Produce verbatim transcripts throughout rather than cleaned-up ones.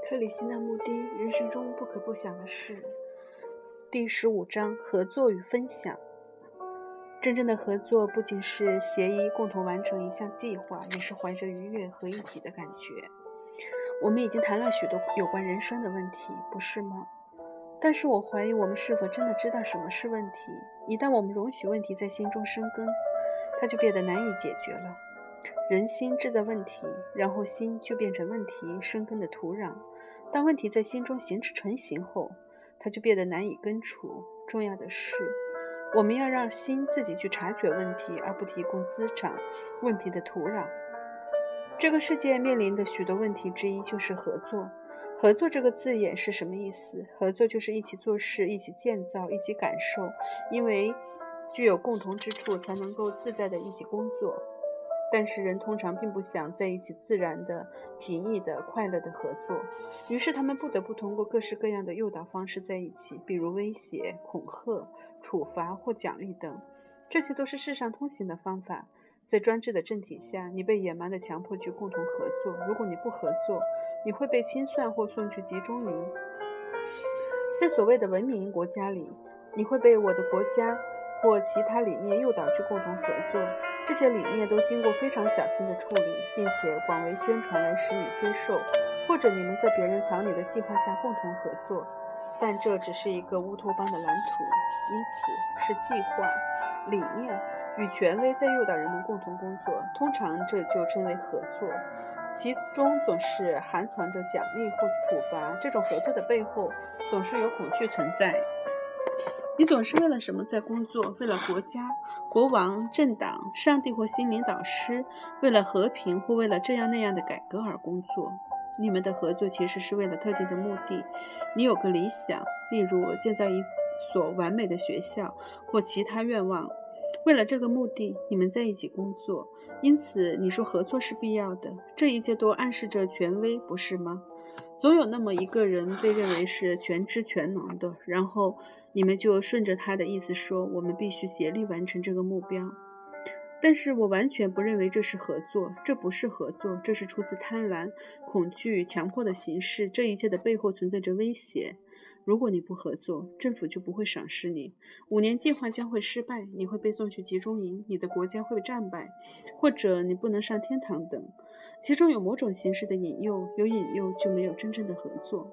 克里希那穆迪人生中不可不想的事。第十五章：合作与分享。真正的合作不仅是协议共同完成一项计划，也是怀着愉悦和一体的感觉。我们已经谈了许多有关人生的问题，不是吗？但是我怀疑我们是否真的知道什么是问题。一旦我们容许问题在心中生根，它就变得难以解决了。人心制造问题，然后心就变成问题生根的土壤。当问题在心中形成型后，它就变得难以根除。重要的是，我们要让心自己去察觉问题，而不提供滋长问题的土壤。这个世界面临的许多问题之一就是合作。合作这个字眼是什么意思？合作就是一起做事，一起建造，一起感受，因为具有共同之处，才能够自在的一起工作。但是人通常并不想在一起自然的、平易的、快乐的合作，于是他们不得不通过各式各样的诱导方式在一起，比如威胁、恐吓、处罚或奖励等。这些都是世上通行的方法。在专制的政体下，你被野蛮地强迫去共同合作。如果你不合作，你会被清算或送去集中营。在所谓的文明国家里，你会被我的国家或其他理念诱导去共同合作。这些理念都经过非常小心的处理，并且广为宣传来使你接受，或者你们在别人草拟的计划下共同合作。但这只是一个乌托邦的蓝图，因此是计划、理念与权威在诱导人们共同工作。通常这就称为合作，其中总是含藏着奖励或处罚。这种合作的背后总是有恐惧存在。你总是为了什么在工作？为了国家、国王、政党、上帝或心灵导师，为了和平或为了这样那样的改革而工作。你们的合作其实是为了特定的目的。你有个理想，例如建造一所完美的学校或其他愿望。为了这个目的，你们在一起工作。因此你说合作是必要的。这一切都暗示着权威，不是吗？总有那么一个人被认为是全知全能的，然后你们就顺着他的意思说，我们必须协力完成这个目标。但是我完全不认为这是合作，这不是合作，这是出自贪婪、恐惧、强迫的形式。这一切的背后存在着威胁。如果你不合作，政府就不会赏识你，五年计划将会失败，你会被送去集中营，你的国家会战败，或者你不能上天堂等。其中有某种形式的引诱，有引诱就没有真正的合作。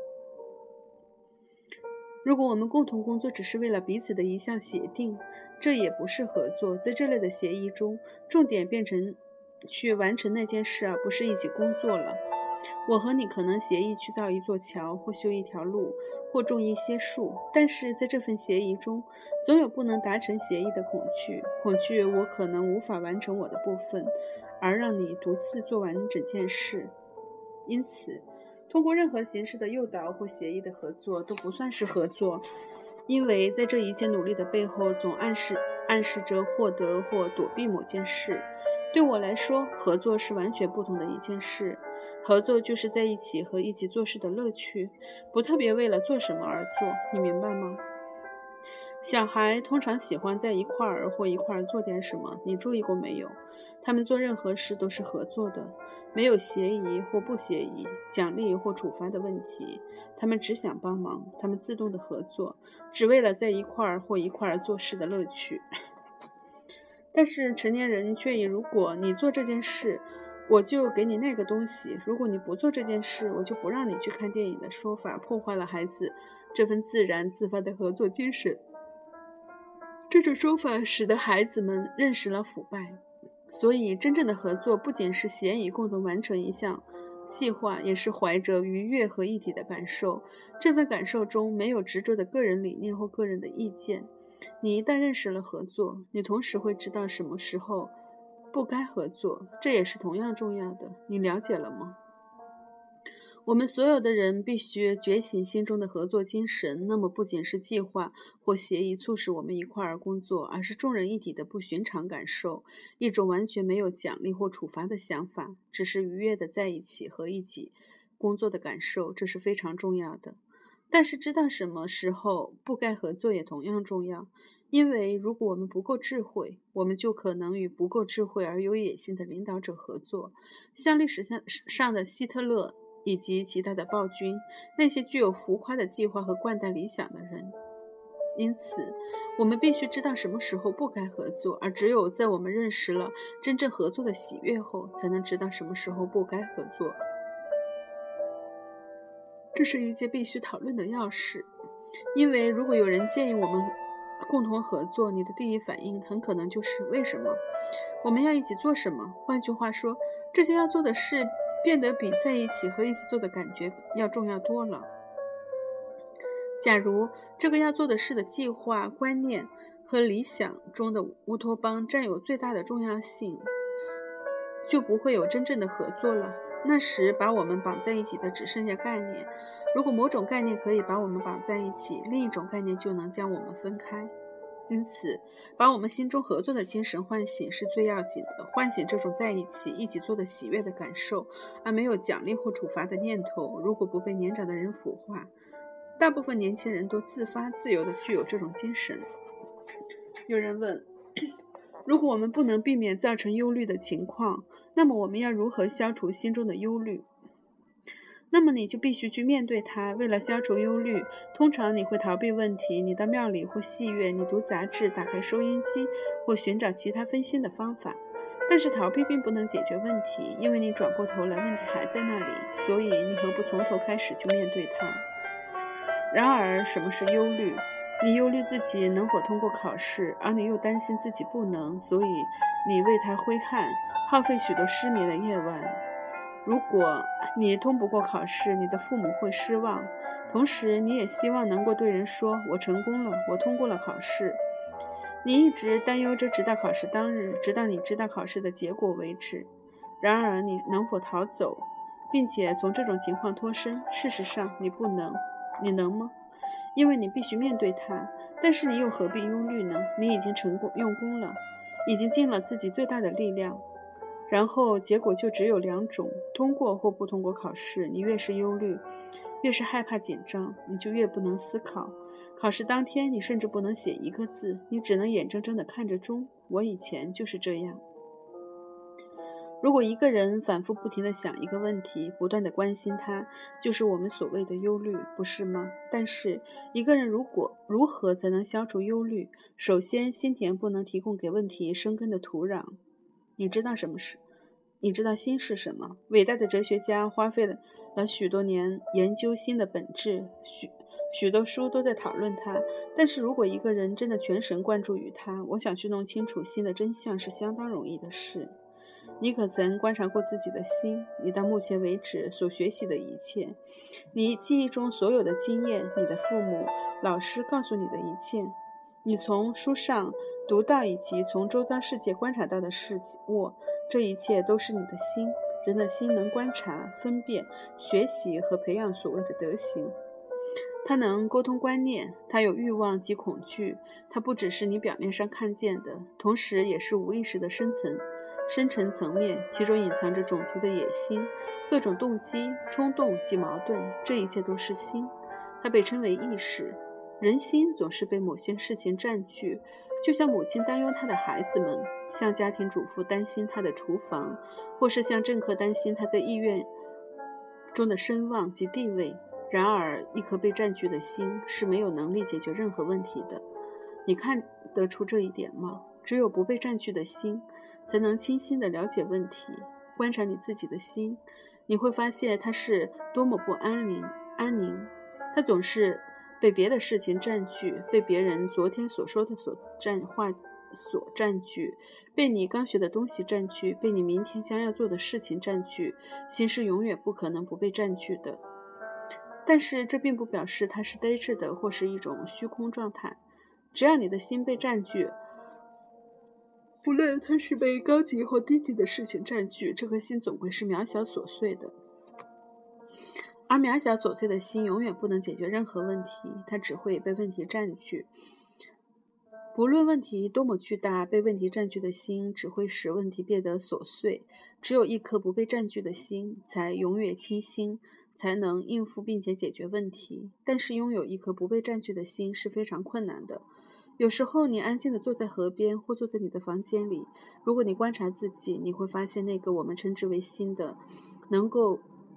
如果我们共同工作只是为了彼此的一项协定，这也不是合作。在这类的协议中，重点变成去完成那件事，而不是一起工作了。我和你可能协议去造一座桥，或修一条路，或种一些树，但是在这份协议中，总有不能达成协议的恐惧。恐惧我可能无法完成我的部分，而让你独自做完整件事。因此通过任何形式的诱导或协议的合作都不算是合作，因为在这一切努力的背后总暗示暗示着获得或躲避某件事。对我来说，合作是完全不同的一件事。合作就是在一起和一起做事的乐趣，不特别为了做什么而做，你明白吗？小孩通常喜欢在一块儿或一块儿做点什么，你注意过没有？他们做任何事都是合作的，没有协议或不协议、奖励或处罚的问题。他们只想帮忙，他们自动的合作，只为了在一块儿或一块儿做事的乐趣。但是成年人却以如果你做这件事，我就给你那个东西，如果你不做这件事，我就不让你去看电影的说法，破坏了孩子这份自然自发的合作精神。这种说法使得孩子们认识了腐败。所以真正的合作不仅是协议共同完成一项计划，也是怀着愉悦和一体的感受。这份感受中没有执着的个人理念或个人的意见。你一旦认识了合作，你同时会知道什么时候不该合作，这也是同样重要的。你了解了吗？我们所有的人必须觉醒心中的合作精神，那么不仅是计划或协议促使我们一块儿工作，而是众人一体的不寻常感受，一种完全没有奖励或处罚的想法，只是愉悦的在一起和一起工作的感受，这是非常重要的。但是知道什么时候不该合作也同样重要，因为如果我们不够智慧，我们就可能与不够智慧而有野心的领导者合作。像历史上的希特勒以及其他的暴君，那些具有浮夸的计划和惯带理想的人。因此，我们必须知道什么时候不该合作，而只有在我们认识了真正合作的喜悦后，才能知道什么时候不该合作。这是一件必须讨论的要事，因为如果有人建议我们共同合作，你的第一反应很可能就是为什么？我们要一起做什么？换句话说，这些要做的事变得比在一起和一起做的感觉要重要多了。假如这个要做的事的计划、观念和理想中的乌托邦占有最大的重要性，就不会有真正的合作了。那时把我们绑在一起的只剩下概念，如果某种概念可以把我们绑在一起，另一种概念就能将我们分开。因此，把我们心中合作的精神唤醒是最要紧的，唤醒这种在一起、一起做的喜悦的感受，而没有奖励或处罚的念头。如果不被年长的人腐化，大部分年轻人都自发自由地具有这种精神。有人问，如果我们不能避免造成忧虑的情况，那么我们要如何消除心中的忧虑？那么你就必须去面对它。为了消除忧虑，通常你会逃避问题，你到庙里或戏院，你读杂志，打开收音机，或寻找其他分心的方法。但是逃避并不能解决问题，因为你转过头来，问题还在那里，所以你何不从头开始去面对它？然而，什么是忧虑？你忧虑自己能否通过考试，而你又担心自己不能，所以你为它挥汗，耗费许多失眠的夜晚。如果你通不过考试，你的父母会失望，同时你也希望能够对人说，我成功了，我通过了考试。你一直担忧着直到考试当日，直到你知道考试的结果为止。然而你能否逃走，并且从这种情况脱身？事实上你不能。你能吗？因为你必须面对它。但是你又何必忧虑呢？你已经成功用功了，已经尽了自己最大的力量，然后结果就只有两种，通过或不通过考试。你越是忧虑，越是害怕紧张，你就越不能思考。考试当天你甚至不能写一个字，你只能眼睁睁地看着钟。我以前就是这样。如果一个人反复不停地想一个问题，不断地关心它，就是我们所谓的忧虑，不是吗？但是一个人如果如何才能消除忧虑？首先，心田不能提供给问题生根的土壤。你知道什么是？你知道心是什么？伟大的哲学家花费了许多年研究心的本质，许许多书都在讨论它。但是如果一个人真的全神贯注于它，我想去弄清楚心的真相是相当容易的事。你可曾观察过自己的心？你到目前为止所学习的一切，你记忆中所有的经验，你的父母、老师告诉你的一切，你从书上读到以及从周遭世界观察到的事物，这一切都是你的心。人的心能观察、分辨、学习和培养所谓的德行。它能沟通观念，它有欲望及恐惧，它不只是你表面上看见的，同时也是无意识的深层深层层面，其中隐藏着种族的野心、各种动机、冲动及矛盾，这一切都是心。它被称为意识。人心总是被某些事情占据，就像母亲担忧她的孩子们，像家庭主妇担心她的厨房，或是像政客担心他在医院中的声望及地位。然而，一颗被占据的心是没有能力解决任何问题的。你看得出这一点吗？只有不被占据的心才能清晰地了解问题。观察你自己的心，你会发现它是多么不安宁安宁它总是被别的事情占据，被别人昨天所说的所占话所占据，被你刚学的东西占据，被你明天将要做的事情占据。心是永远不可能不被占据的，但是这并不表示它是呆滞的或是一种虚空状态。只要你的心被占据，不论它是被高级或低级的事情占据，这颗心总归是渺小琐碎的。而渺小琐碎的心永远不能解决任何问题，它只会被问题占据。不论问题多么巨大，被问题占据的心只会使问题变得琐碎。只有一颗不被占据的心，才永远清新，才能应付并且解决问题。但是拥有一颗不被占据的心是非常困难的。有时候你安静地坐在河边，或坐在你的房间里，如果你观察自己，你会发现那个我们称之为心的，能够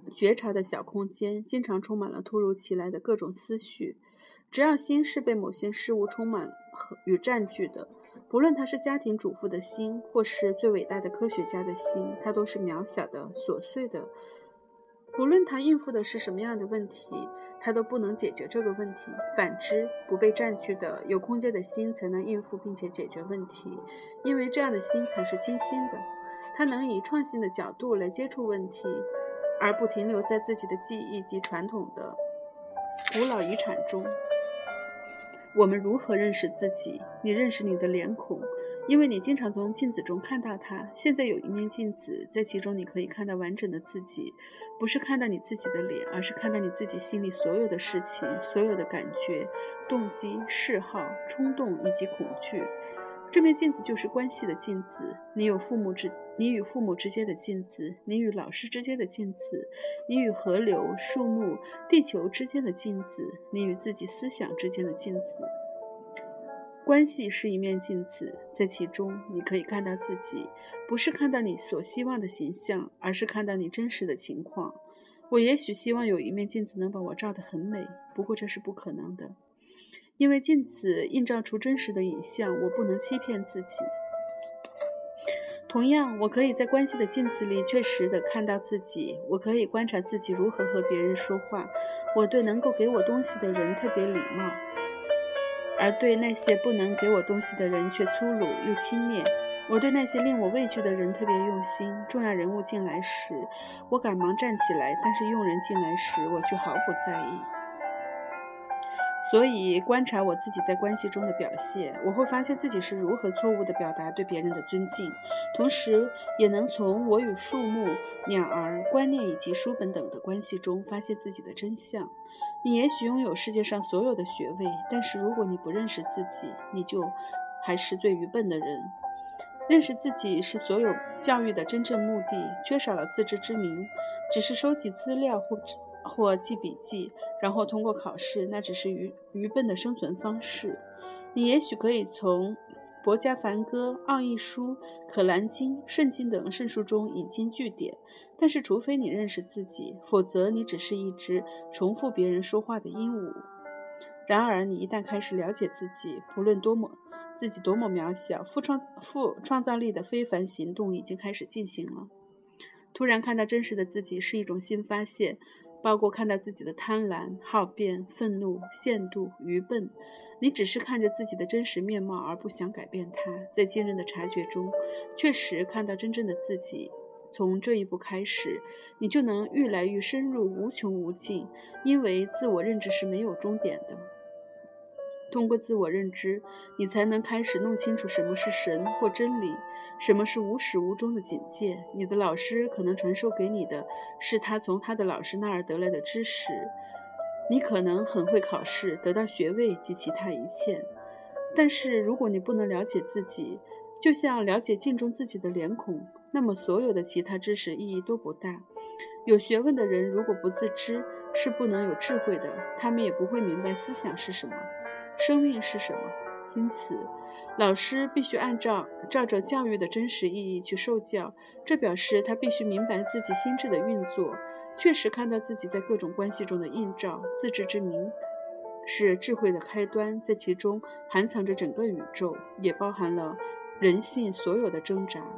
觉察的小空间，经常充满了突如其来的各种思绪。只要心是被某些事物充满与占据的，不论它是家庭主妇的心，或是最伟大的科学家的心，它都是渺小的、琐碎的。不论他应付的是什么样的问题，他都不能解决这个问题。反之，不被占据的、有空间的心才能应付并且解决问题，因为这样的心才是清新的。他能以创新的角度来接触问题，而不停留在自己的记忆及传统的古老遗产中。我们如何认识自己？你认识你的脸孔，因为你经常从镜子中看到它。现在有一面镜子，在其中你可以看到完整的自己，不是看到你自己的脸，而是看到你自己心里所有的事情、所有的感觉、动机、嗜好、冲动以及恐惧。这面镜子就是关系的镜子，你有父母之，你与父母之间的镜子，你与老师之间的镜子，你与河流、树木、地球之间的镜子，你与自己思想之间的镜子。关系是一面镜子，在其中你可以看到自己，不是看到你所希望的形象，而是看到你真实的情况。我也许希望有一面镜子能把我照得很美，不过这是不可能的，因为镜子映照出真实的影像，我不能欺骗自己。同样，我可以在关系的镜子里确实地看到自己，我可以观察自己如何和别人说话。我对能够给我东西的人特别礼貌，而对那些不能给我东西的人却粗鲁又轻蔑。我对那些令我畏惧的人特别用心。重要人物进来时，我赶忙站起来，但是佣人进来时，我却毫不在意。所以观察我自己在关系中的表现，我会发现自己是如何错误地表达对别人的尊敬，同时也能从我与树木、鸟儿、观念以及书本等的关系中发现自己的真相。你也许拥有世界上所有的学位，但是如果你不认识自己，你就还是最愚笨的人。认识自己是所有教育的真正目的，缺少了自知之明，只是收集资料或或记笔记，然后通过考试，那只是愚愚笨的生存方式。你也许可以从博加梵歌、奥义书、可兰经、圣经等圣书中引经据典，但是除非你认识自己，否则你只是一只重复别人说话的鹦鹉。然而你一旦开始了解自己，不论多么自己多么渺小，富创富创造力的非凡行动已经开始进行了。突然看到真实的自己是一种新发现，包括看到自己的贪婪、好辩、愤怒、限度、愚笨。你只是看着自己的真实面貌而不想改变它，在惊人的察觉中确实看到真正的自己。从这一步开始，你就能愈来愈深入无穷无尽，因为自我认知是没有终点的。通过自我认知，你才能开始弄清楚什么是神或真理，什么是无始无终的警戒。你的老师可能传授给你的是他从他的老师那儿得来的知识，你可能很会考试，得到学位及其他一切。但是如果你不能了解自己，就像了解镜中自己的脸孔，那么所有的其他知识意义都不大。有学问的人如果不自知，是不能有智慧的，他们也不会明白思想是什么，生命是什么。因此老师必须按照照着教育的真实意义去受教，这表示他必须明白自己心智的运作，确实看到自己在各种关系中的映照。自知之明是智慧的开端，在其中含藏着整个宇宙，也包含了人性所有的挣扎。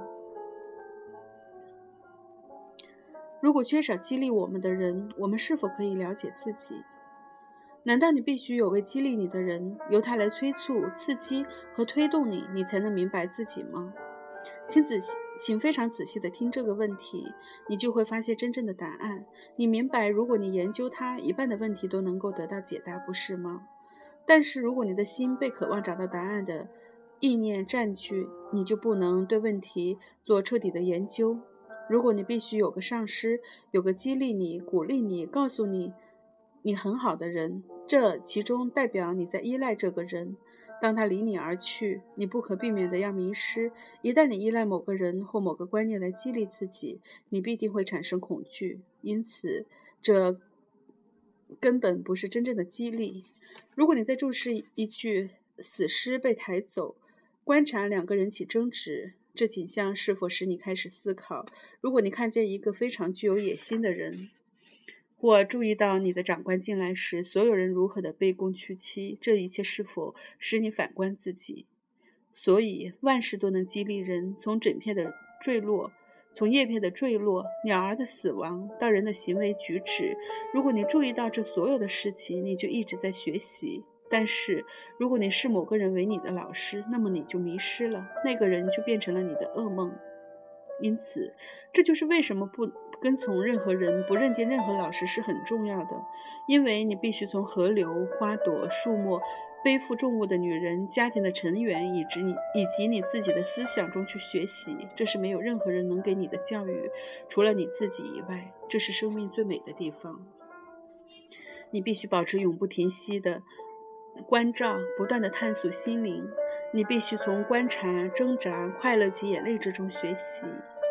如果缺少激励我们的人，我们是否可以了解自己？难道你必须有位激励你的人，由他来催促、刺激和推动你，你才能明白自己吗？请仔细，请非常仔细地听这个问题，你就会发现真正的答案。你明白，如果你研究它，一半的问题都能够得到解答，不是吗？但是如果你的心被渴望找到答案的意念占据，你就不能对问题做彻底的研究。如果你必须有个上师，有个激励你、鼓励你、告诉你你很好的人，这其中代表你在依赖这个人。当他离你而去，你不可避免地要迷失。一旦你依赖某个人或某个观念来激励自己，你必定会产生恐惧。因此这根本不是真正的激励。如果你在注视一具死尸被抬走，观察两个人起争执，这景象是否使你开始思考？如果你看见一个非常具有野心的人， 或注意到你的长官进来时，所有人如何的卑躬屈膝，这一切是否使你反观自己？所以万事都能激励人，从整片的坠落，从叶片的坠落，鸟儿的死亡，到人的行为举止。如果你注意到这所有的事情，你就一直在学习。但是如果你视某个人为你的老师，那么你就迷失了，那个人就变成了你的噩梦。因此，这就是为什么不跟从任何人，不认定任何老师是很重要的。因为你必须从河流、花朵、树木、背负重物的女人、家庭的成员以及你以及你自己的思想中去学习。这是没有任何人能给你的教育，除了你自己以外。这是生命最美的地方。你必须保持永不停息的关照，不断地探索心灵。你必须从观察、挣扎、快乐及眼泪之中学习。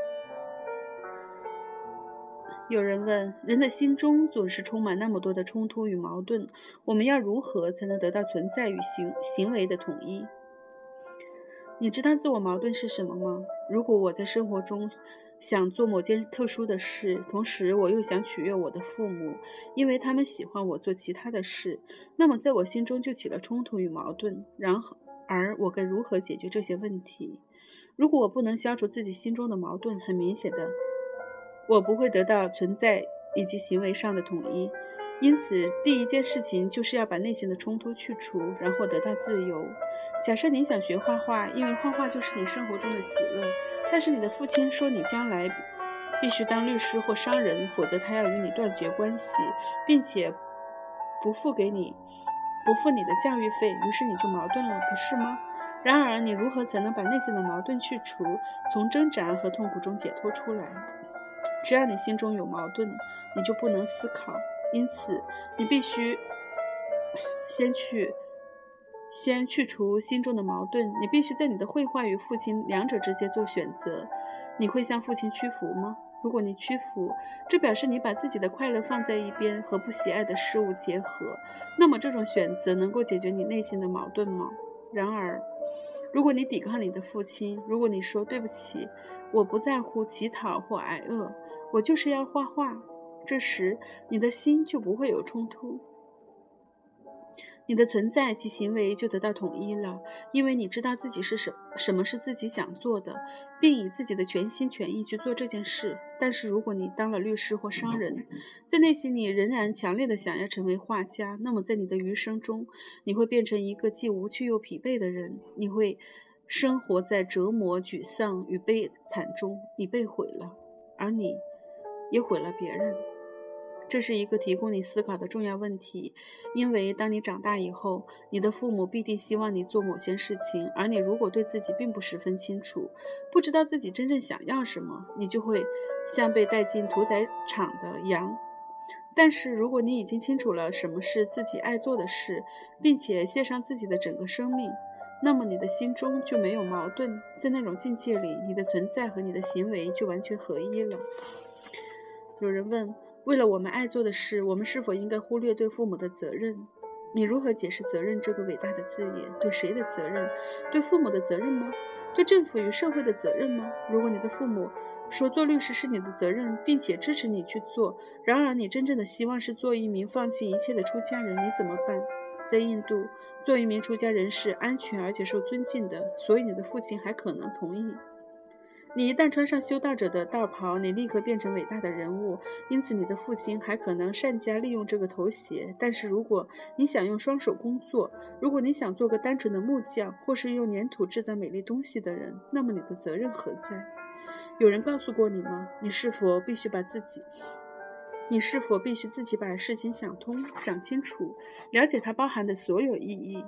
有人问，人的心中总是充满那么多的冲突与矛盾，我们要如何才能得到存在与行行为的统一？你知道自我矛盾是什么吗？如果我在生活中想做某件特殊的事，同时我又想取悦我的父母，因为他们喜欢我做其他的事，那么在我心中就起了冲突与矛盾。然而我该如何解决这些问题？如果我不能消除自己心中的矛盾，很明显的，我不会得到存在以及行为上的统一。因此，第一件事情就是要把内心的冲突去除，然后得到自由。假设你想学画画，因为画画就是你生活中的喜乐，但是你的父亲说你将来必须当律师或商人，否则他要与你断绝关系，并且不付给你不付你的教育费，于是你就矛盾了，不是吗？然而，你如何才能把内心的矛盾去除，从挣扎和痛苦中解脱出来？只要你心中有矛盾，你就不能思考。因此，你必须先去先去除心中的矛盾。你必须在你的绘画与父亲两者之间做选择。你会向父亲屈服吗？如果你屈服，这表示你把自己的快乐放在一边，和不喜爱的事物结合。那么这种选择能够解决你内心的矛盾吗？然而，如果你抵抗你的父亲，如果你说对不起，我不在乎乞讨或挨饿，我就是要画画，这时你的心就不会有冲突，你的存在及行为就得到统一了，因为你知道自己是什什么是自己想做的，并以自己的全心全意去做这件事。但是如果你当了律师或商人，在内心里仍然强烈的想要成为画家，那么在你的余生中，你会变成一个既无趣又疲惫的人。你会生活在折磨、沮丧与悲惨中，你被毁了，而你也毁了别人。这是一个提供你思考的重要问题，因为当你长大以后，你的父母必定希望你做某些事情，而你如果对自己并不十分清楚，不知道自己真正想要什么，你就会像被带进屠宰场的羊。但是如果你已经清楚了什么是自己爱做的事，并且献上自己的整个生命，那么你的心中就没有矛盾。在那种境界里，你的存在和你的行为就完全合一了。有人问，为了我们爱做的事，我们是否应该忽略对父母的责任？你如何解释责任这个伟大的字眼？对谁的责任？对父母的责任吗？对政府与社会的责任吗？如果你的父母说做律师是你的责任，并且支持你去做，然而你真正的希望是做一名放弃一切的出家人，你怎么办？在印度，做一名出家人是安全而且受尊敬的，所以你的父亲还可能同意。你一旦穿上修道者的道袍，你立刻变成伟大的人物，因此你的父亲还可能善加利用这个头衔。但是如果你想用双手工作，如果你想做个单纯的木匠，或是用粘土制造美丽东西的人，那么你的责任何在？有人告诉过你吗？你是否必须把自己你是否必须自己把事情想通、想清楚，了解它包含的所有意义？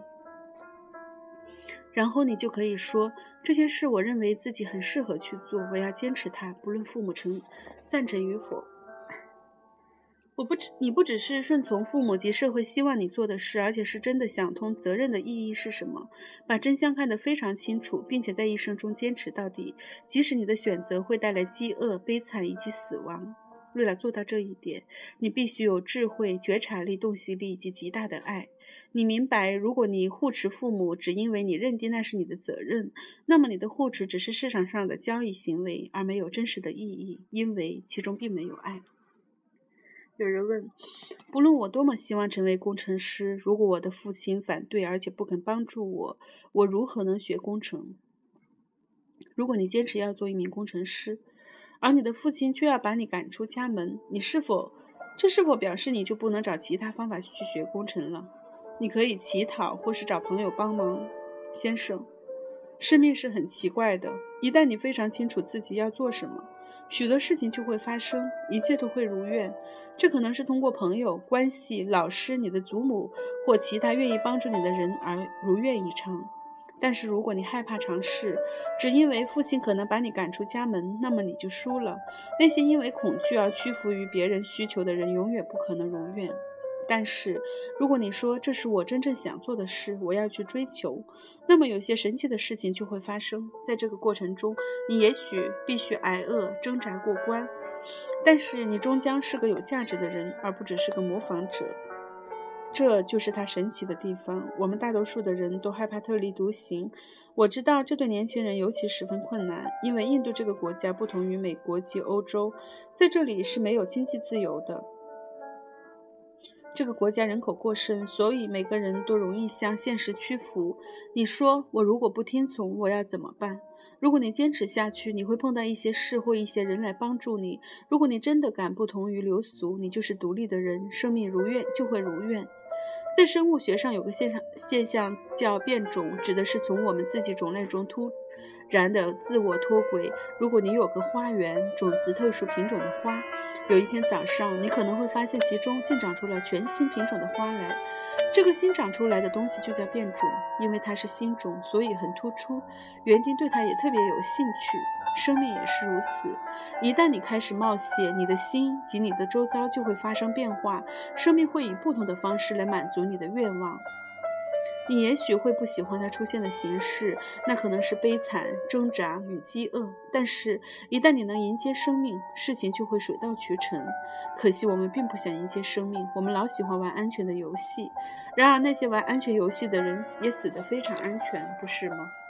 然后你就可以说，这件事我认为自己很适合去做，我要坚持它，不论父母成赞成与否。我不只你不只是顺从父母及社会希望你做的事，而且是真的想通责任的意义是什么，把真相看得非常清楚，并且在一生中坚持到底，即使你的选择会带来饥饿、悲惨以及死亡。为了做到这一点，你必须有智慧、觉察力、洞悉力以及极大的爱。你明白，如果你护持父母只因为你认定那是你的责任，那么你的护持只是市场上的交易行为，而没有真实的意义，因为其中并没有爱。 有人问，不论我多么希望成为工程师，如果我的父亲反对而且不肯帮助我，我如何能学工程？如果你坚持要做一名工程师，而你的父亲却要把你赶出家门，你是否这是否表示你就不能找其他方法去学工程了？你可以乞讨或是找朋友帮忙。先生，生命是很奇怪的，一旦你非常清楚自己要做什么，许多事情就会发生，一切都会如愿。这可能是通过朋友、关系、老师、你的祖母或其他愿意帮助你的人而如愿以偿。但是如果你害怕尝试，只因为父亲可能把你赶出家门，那么你就输了。那些因为恐惧而屈服于别人需求的人，永远不可能如愿。但是如果你说这是我真正想做的事，我要去追求，那么有些神奇的事情就会发生。在这个过程中，你也许必须挨饿挣扎过关，但是你终将是个有价值的人，而不只是个模仿者。这就是它神奇的地方。我们大多数的人都害怕特立独行，我知道这对年轻人尤其十分困难，因为印度这个国家不同于美国及欧洲，在这里是没有经济自由的。这个国家人口过剩，所以每个人都容易向现实屈服。你说，我如果不听从，我要怎么办？如果你坚持下去，你会碰到一些事或一些人来帮助你。如果你真的敢不同于流俗，你就是独立的人，生命如愿就会如愿。在生物学上有个现象现象叫变种，指的是从我们自己种类中突然的自我脱轨。如果你有个花园，种子特殊品种的花，有一天早上，你可能会发现其中竟长出了全新品种的花来。这个新长出来的东西就叫变种，因为它是新种，所以很突出，园丁对它也特别有兴趣。生命也是如此，一旦你开始冒险，你的心及你的周遭就会发生变化，生命会以不同的方式来满足你的愿望。你也许会不喜欢它出现的形式，那可能是悲惨、挣扎与饥饿，但是一旦你能迎接生命，事情就会水到渠成。可惜我们并不想迎接生命，我们老喜欢玩安全的游戏，然而那些玩安全游戏的人也死得非常安全，不是吗？